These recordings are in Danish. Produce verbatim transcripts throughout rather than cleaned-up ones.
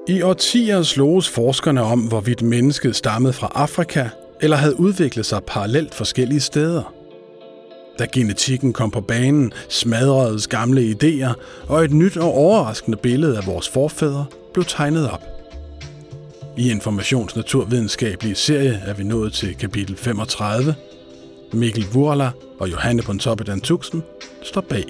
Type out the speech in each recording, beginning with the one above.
I årtier sloges forskerne om, hvorvidt mennesket stammede fra Afrika eller havde udviklet sig parallelt forskellige steder. Da genetikken kom på banen, smadredes gamle idéer, og et nyt og overraskende billede af vores forfædre blev tegnet op. I Informations naturvidenskabelige serie er vi nået til kapitel femogtredive. Mikkel Wurla og Johanne Pontoppidan Tuxen står bag.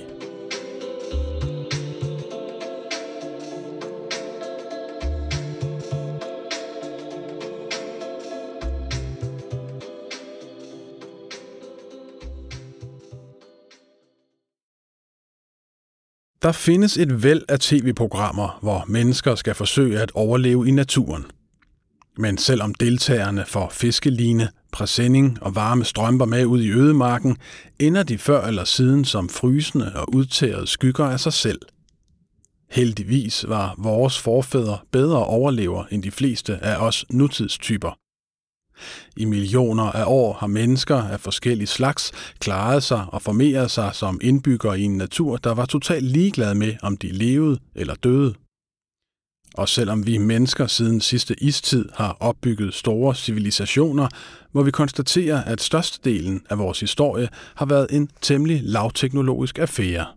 Der findes et væld af tv-programmer, hvor mennesker skal forsøge at overleve i naturen. Men selvom deltagerne får fiskeline, præsending og varme strømper med ud i ødemarken, ender de før eller siden som frysende og udtærrede skygger af sig selv. Heldigvis var vores forfædre bedre overlever end de fleste af os nutidstyper. I millioner af år har mennesker af forskellige slags klaret sig og formeret sig som indbyggere i en natur, der var totalt ligeglad med, om de levede eller døde. Og selvom vi mennesker siden sidste istid har opbygget store civilisationer, må vi konstatere, at størstedelen af vores historie har været en temmelig lavteknologisk affære.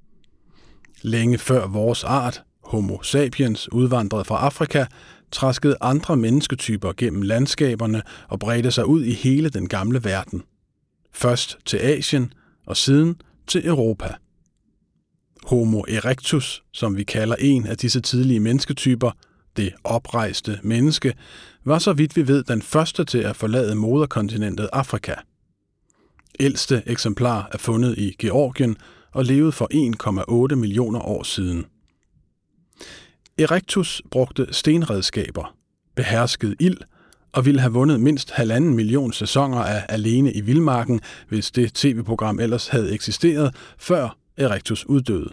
Længe før vores art, Homo sapiens, udvandrede fra Afrika, traskede andre mennesketyper gennem landskaberne og bredte sig ud i hele den gamle verden. Først til Asien og siden til Europa. Homo erectus, som vi kalder en af disse tidlige mennesketyper, det oprejste menneske, var så vidt vi ved den første til at forlade moderkontinentet Afrika. Ældste eksemplar er fundet i Georgien og levede for en komma otte millioner år siden. Erectus brugte stenredskaber, beherskede ild og ville have vundet mindst halvanden million sæsoner af Alene i Vildmarken, hvis det tv-program ellers havde eksisteret, før Erectus uddøde.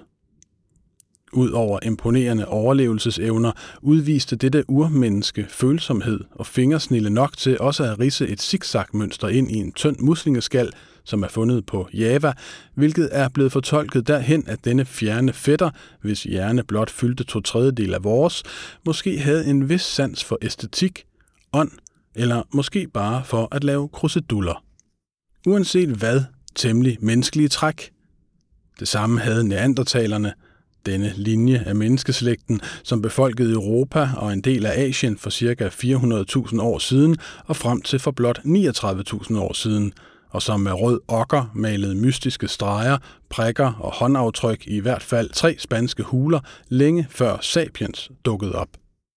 Udover imponerende overlevelsesevner udviste dette urmenneske følsomhed og fingersnille nok til også at ridse et zigzag-mønster ind i en tynd muslingeskal, som er fundet på Java, hvilket er blevet fortolket derhen, at denne fjerne fætter, hvis hjerne blot fyldte to tredjedel af vores, måske havde en vis sans for æstetik, ånd, eller måske bare for at lave kruseduller. Uanset hvad, temmelig menneskelige træk. Det samme havde neandertalerne, denne linje af menneskeslægten, som befolkede Europa og en del af Asien for ca. fire hundrede tusind år siden og frem til for blot niogtredive tusind år siden, og som med rød okker malede mystiske streger, prikker og håndaftryk i hvert fald tre spanske huler længe før sapiens dukkede op.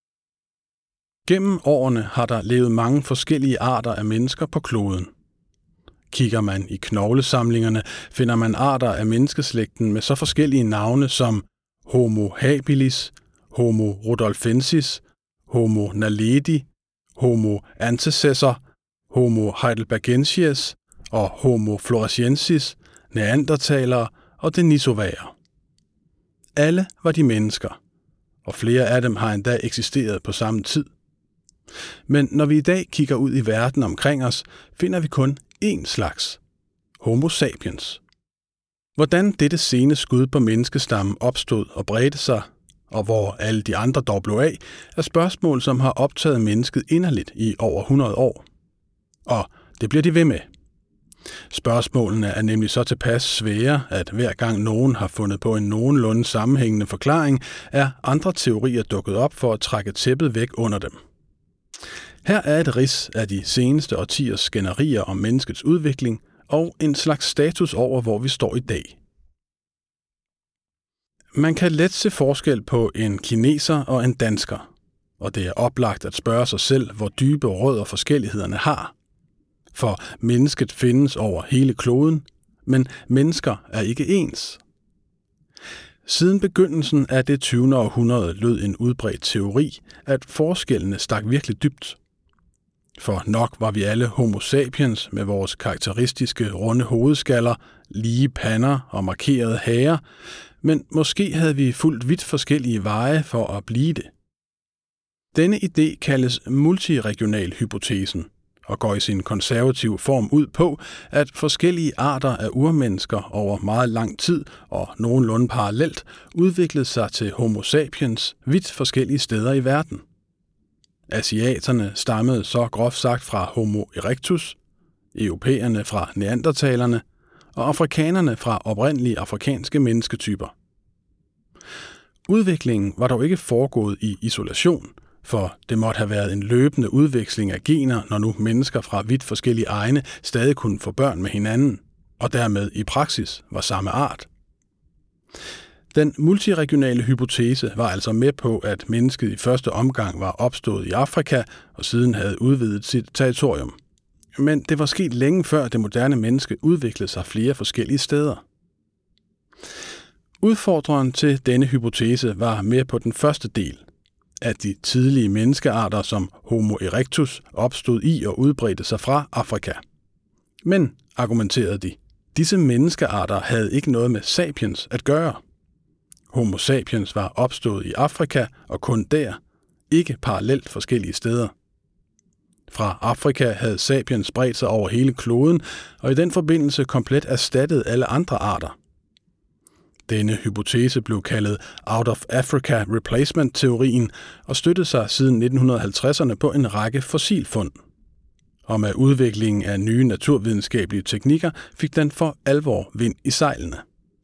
Gennem årene har der levet mange forskellige arter af mennesker på kloden. Kigger man i knoglesamlingerne, finder man arter af menneskeslægten med så forskellige navne som Homo habilis, Homo rudolfensis, Homo naledi, Homo antecessor, Homo heidelbergensis og Homo floresiensis, neandertalere og denisovarer. Alle var de mennesker, og flere af dem har endda eksisteret på samme tid. Men når vi i dag kigger ud i verden omkring os, finder vi kun én slags, Homo sapiens. Hvordan dette sene skud på menneskestammen opstod og bredte sig, og hvor alle de andre dog blev af, er spørgsmål, som har optaget mennesket inderligt i over hundrede år. Og det bliver de ved med. Spørgsmålene er nemlig så tilpas svære, at hver gang nogen har fundet på en nogenlunde sammenhængende forklaring, er andre teorier dukket op for at trække tæppet væk under dem. Her er et rids af de seneste årtiers skænderier om menneskets udvikling og en slags status over, hvor vi står i dag. Man kan let se forskel på en kineser og en dansker, og det er oplagt at spørge sig selv, hvor dybe rødder forskellighederne har. For mennesket findes over hele kloden, men mennesker er ikke ens. Siden begyndelsen af det tyvende århundrede lød en udbredt teori, at forskellene stak virkelig dybt. For nok var vi alle homo sapiens med vores karakteristiske runde hovedskaller, lige pander og markerede hager, men måske havde vi fulgt vidt forskellige veje for at blive det. Denne idé kaldes multiregionalhypotesen, og går i sin konservative form ud på, at forskellige arter af urmennesker over meget lang tid og nogenlunde parallelt udviklede sig til Homo sapiens vidt forskellige steder i verden. Asiaterne stammede så groft sagt fra Homo erectus, europæerne fra neandertalerne og afrikanerne fra oprindelige afrikanske mennesketyper. Udviklingen var dog ikke foregået i isolation, for det måtte have været en løbende udveksling af gener, når nu mennesker fra vidt forskellige egne stadig kunne få børn med hinanden, og dermed i praksis var samme art. Den multiregionale hypotese var altså med på, at mennesket i første omgang var opstået i Afrika og siden havde udvidet sit territorium. Men det var sket længe før det moderne menneske udviklede sig flere forskellige steder. Udfordreren til denne hypotese var mere på den første del, at de tidlige menneskearter som Homo erectus opstod i og udbredte sig fra Afrika. Men, argumenterede de, disse menneskearter havde ikke noget med sapiens at gøre. Homo sapiens var opstået i Afrika og kun der, ikke parallelt forskellige steder. Fra Afrika havde sapiens spredt sig over hele kloden, og i den forbindelse komplet erstattet alle andre arter. Denne hypotese blev kaldet Out of Africa Replacement-teorien og støttede sig siden nitten halvtredserne på en række fossilfund. Og med udviklingen af nye naturvidenskabelige teknikker fik den for alvor vind i sejlene.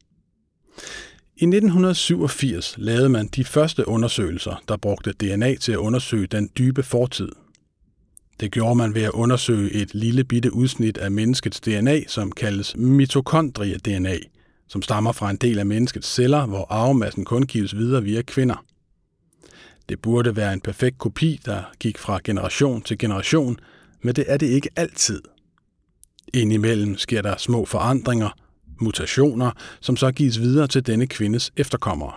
I nitten syvogfirs lavede man de første undersøgelser, der brugte D N A til at undersøge den dybe fortid. Det gjorde man ved at undersøge et lille bitte udsnit af menneskets D N A, som kaldes mitokondrie-D N A, som stammer fra en del af menneskets celler, hvor arvemassen kun gives videre via kvinder. Det burde være en perfekt kopi, der gik fra generation til generation, men det er det ikke altid. Indimellem sker der små forandringer, mutationer, som så gives videre til denne kvindes efterkommere.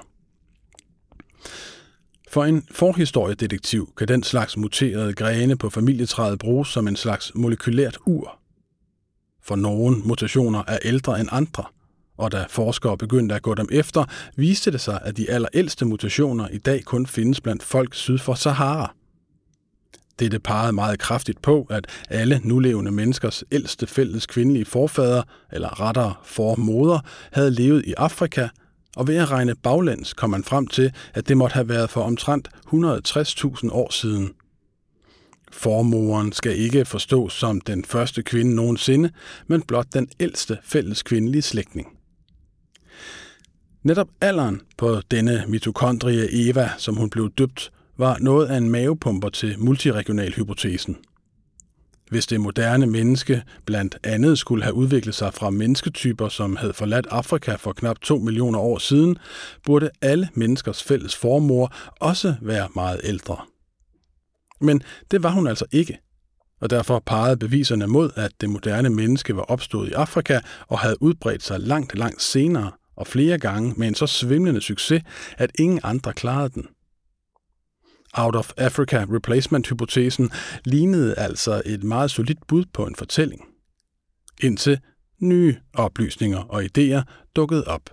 For en forhistoriedetektiv kan den slags muterede grene på familietræet bruges som en slags molekylært ur. For nogle mutationer er ældre end andre, og da forskere begyndte at gå dem efter, viste det sig, at de allerældste mutationer i dag kun findes blandt folk syd for Sahara. Dette pegede meget kraftigt på, at alle nulevende menneskers ældste fælles kvindelige forfader, eller rettere formoder, havde levet i Afrika, og ved at regne baglæns kom man frem til, at det måtte have været for omtrent et hundrede og tres tusind år siden. Formoderen skal ikke forstås som den første kvinde nogensinde, men blot den ældste fælles kvindelige slægtning. Netop alderen på denne mitokondrie Eva, som hun blev døbt, var noget af en mavepumper til multiregional-hypotesen. Hvis det moderne menneske blandt andet skulle have udviklet sig fra mennesketyper, som havde forladt Afrika for knap to millioner år siden, burde alle menneskers fælles formor også være meget ældre. Men det var hun altså ikke, og derfor pegede beviserne mod, at det moderne menneske var opstået i Afrika og havde udbredt sig langt, langt senere og flere gange med en så svimlende succes, at ingen andre klarede den. Out of Africa Replacement-hypotesen lignede altså et meget solidt bud på en fortælling, indtil nye oplysninger og idéer dukkede op.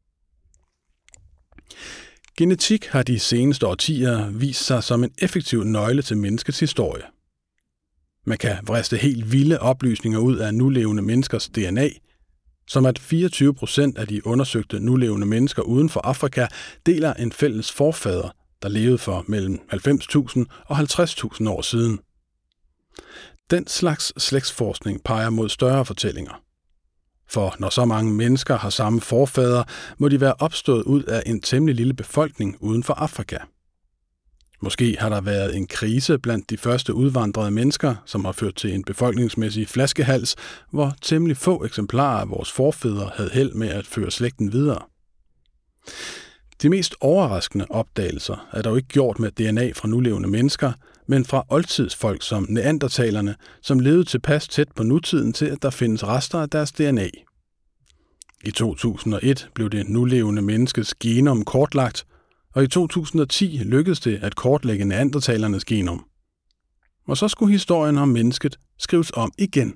Genetik har de seneste årtier vist sig som en effektiv nøgle til menneskets historie. Man kan vriste helt vilde oplysninger ud af nulevende menneskers D N A, som at fireogtyve procent af de undersøgte nulevende mennesker uden for Afrika deler en fælles forfader, der levede for mellem halvfems tusind og halvtreds tusind år siden. Den slags slægtsforskning peger mod større fortællinger. For når så mange mennesker har samme forfader, må de være opstået ud af en temmelig lille befolkning uden for Afrika. Måske har der været en krise blandt de første udvandrede mennesker, som har ført til en befolkningsmæssig flaskehals, hvor temmelig få eksemplarer af vores forfædre havde held med at føre slægten videre. De mest overraskende opdagelser er dog ikke gjort med D N A fra nulevende mennesker, men fra oldtidsfolk som neandertalerne, som levede tilpas tæt på nutiden til, at der findes rester af deres D N A. I to tusind og et blev det nulevende menneskes genom kortlagt, og i to tusind og ti lykkedes det at kortlægge neandertalernes genom. Og så skulle historien om mennesket skrives om igen.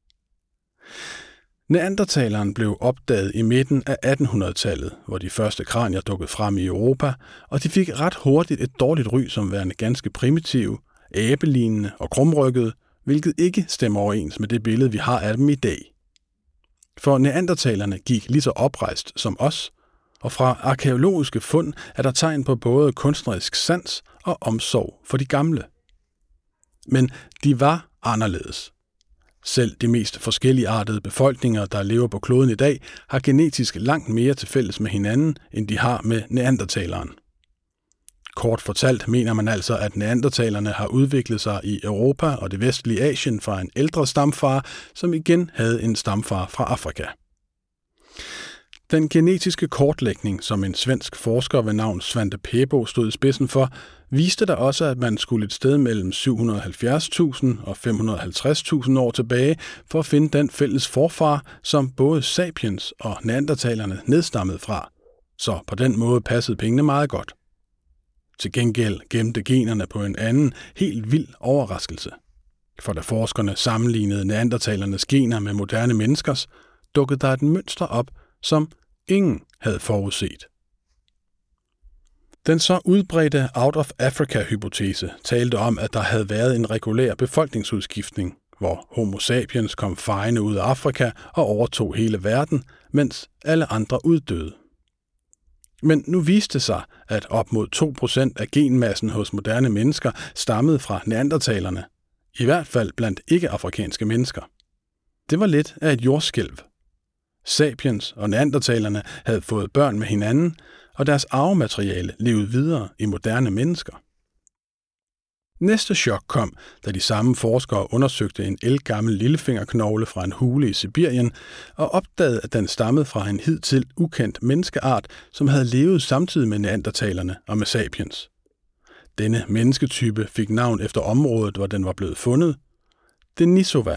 Neandertaleren blev opdaget i midten af attenhundredetallet, hvor de første kranier dukkede frem i Europa, og de fik ret hurtigt et dårligt ry som værende ganske primitive, abelignende og krumrykkede, hvilket ikke stemmer overens med det billede, vi har af dem i dag. For neandertalerne gik lige så oprejst som os, og fra arkæologiske fund er der tegn på både kunstnerisk sans og omsorg for de gamle. Men de var anderledes. Selv de mest forskelligartede befolkninger, der lever på kloden i dag, har genetisk langt mere til fælles med hinanden, end de har med neandertaleren. Kort fortalt mener man altså, at neandertalerne har udviklet sig i Europa og det vestlige Asien fra en ældre stamfar, som igen havde en stamfar fra Afrika. Den genetiske kortlægning, som en svensk forsker ved navn Svante Pääbo stod i spidsen for, viste da også, at man skulle et sted mellem syv hundrede og halvfjerds tusind og fem hundrede og halvtreds tusind år tilbage for at finde den fælles forfar, som både sapiens og neandertalerne nedstammede fra. Så på den måde passede pengene meget godt. Til gengæld gemte generne på en anden, helt vild overraskelse. For da forskerne sammenlignede neandertalernes gener med moderne menneskers, dukkede der et mønster op, som ingen havde forudset. Den så udbredte out-of-Africa-hypotese talte om, at der havde været en regulær befolkningsudskiftning, hvor Homo sapiens kom fejende ud af Afrika og overtog hele verden, mens alle andre uddøde. Men nu viste det sig, at op mod to procent af genmassen hos moderne mennesker stammede fra neandertalerne, i hvert fald blandt ikke-afrikanske mennesker. Det var lidt af et jordskælv. Sapiens og neandertalerne havde fået børn med hinanden, og deres arvemateriale levede videre i moderne mennesker. Næste chok kom, da de samme forskere undersøgte en ældgammel lillefingerknogle fra en hule i Sibirien og opdagede, at den stammede fra en hidtil ukendt menneskeart, som havde levet samtidig med neandertalerne og med sapiens. Denne mennesketype fik navn efter området, hvor den var blevet fundet: Denisova.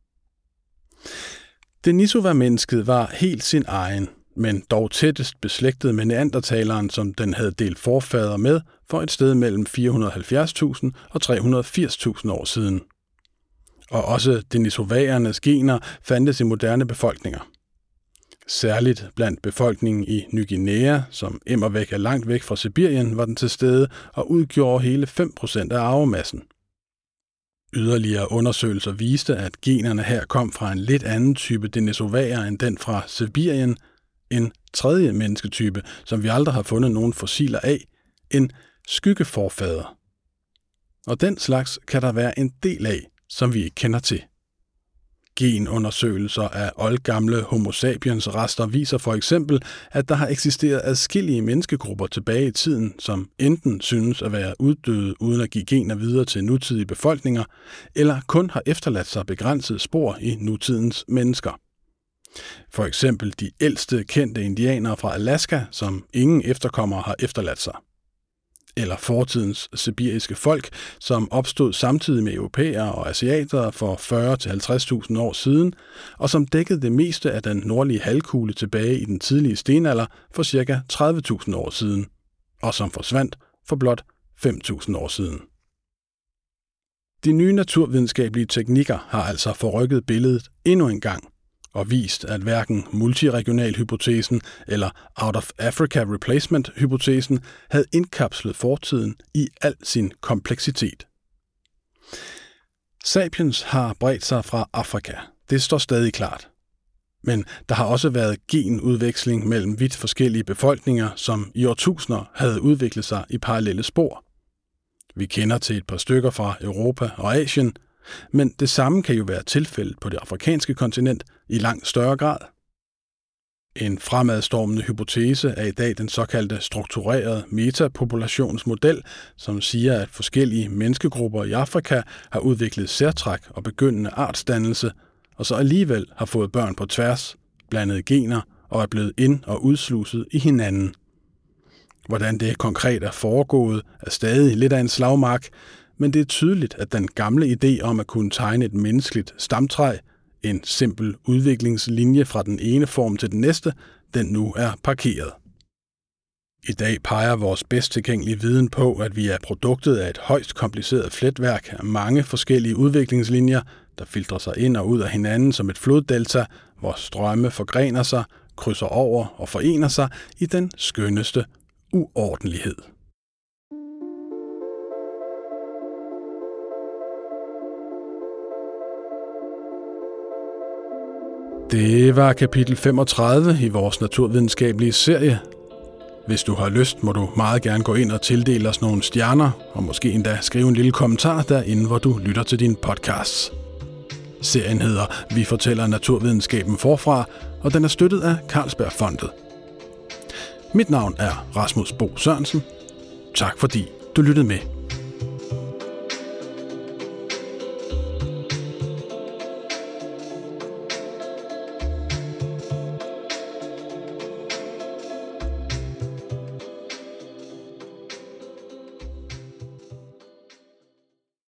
Denisova-mennesket var helt sin egen, men dog tættest beslægtet med neandertaleren, som den havde delt forfader med for et sted mellem fire hundrede og halvfjerds tusind og tre hundrede og firs tusind år siden. Og også denisovaernes gener fandtes i moderne befolkninger. Særligt blandt befolkningen i Ny Guinea, som immervæk er langt væk fra Sibirien, var den til stede og udgjorde hele fem procent af arvemassen. Yderligere undersøgelser viste, at generne her kom fra en lidt anden type denisovaer end den fra Sibirien, en tredje mennesketype, som vi aldrig har fundet nogen fossiler af, en skyggeforfader. Og den slags kan der være en del af, som vi ikke kender til. Genundersøgelser af oldgamle Homo sapiens rester viser for eksempel, at der har eksisteret adskillige menneskegrupper tilbage i tiden, som enten synes at være uddøde uden at give gener videre til nutidige befolkninger, eller kun har efterladt sig begrænsede spor i nutidens mennesker. For eksempel de ældste kendte indianere fra Alaska, som ingen efterkommere har efterladt sig. Eller fortidens sibiriske folk, som opstod samtidig med europæere og asiater for fyrre til halvtreds tusind år siden, og som dækkede det meste af den nordlige halvkugle tilbage i den tidlige stenalder for ca. tredive tusind år siden, og som forsvandt for blot fem tusind år siden. De nye naturvidenskabelige teknikker har altså forrykket billedet endnu en gang, og vist, at hverken multiregional-hypotesen eller out-of-Africa-replacement-hypotesen havde indkapslet fortiden i al sin kompleksitet. Sapiens har bredt sig fra Afrika. Det står stadig klart. Men der har også været genudveksling mellem vidt forskellige befolkninger, som i årtusinder havde udviklet sig i parallelle spor. Vi kender til et par stykker fra Europa og Asien, men det samme kan jo være tilfældet på det afrikanske kontinent i langt større grad. En fremadstormende hypotese er i dag den såkaldte strukturerede metapopulationsmodel, som siger, at forskellige menneskegrupper i Afrika har udviklet særtræk og begyndende artsdannelse, og så alligevel har fået børn på tværs, blandet gener og er blevet ind- og udsluset i hinanden. Hvordan det konkret er foregået, er stadig lidt af en slagmark, men det er tydeligt, at den gamle idé om at kunne tegne et menneskeligt stamtræ, en simpel udviklingslinje fra den ene form til den næste, den nu er parkeret. I dag peger vores bedst tilgængelige viden på, at vi er produktet af et højst kompliceret fletværk af mange forskellige udviklingslinjer, der filtrer sig ind og ud af hinanden som et floddelta, hvor strømme forgrener sig, krydser over og forener sig i den skønneste uordentlighed. Det var kapitel femogtredive i vores naturvidenskabelige serie. Hvis du har lyst, må du meget gerne gå ind og tildele os nogle stjerner, og måske endda skrive en lille kommentar derinde, hvor du lytter til din podcast. Serien hedder Vi fortæller naturvidenskaben forfra, og den er støttet af Carlsbergfondet. Mit navn er Rasmus Bo Sørensen. Tak fordi du lyttede med.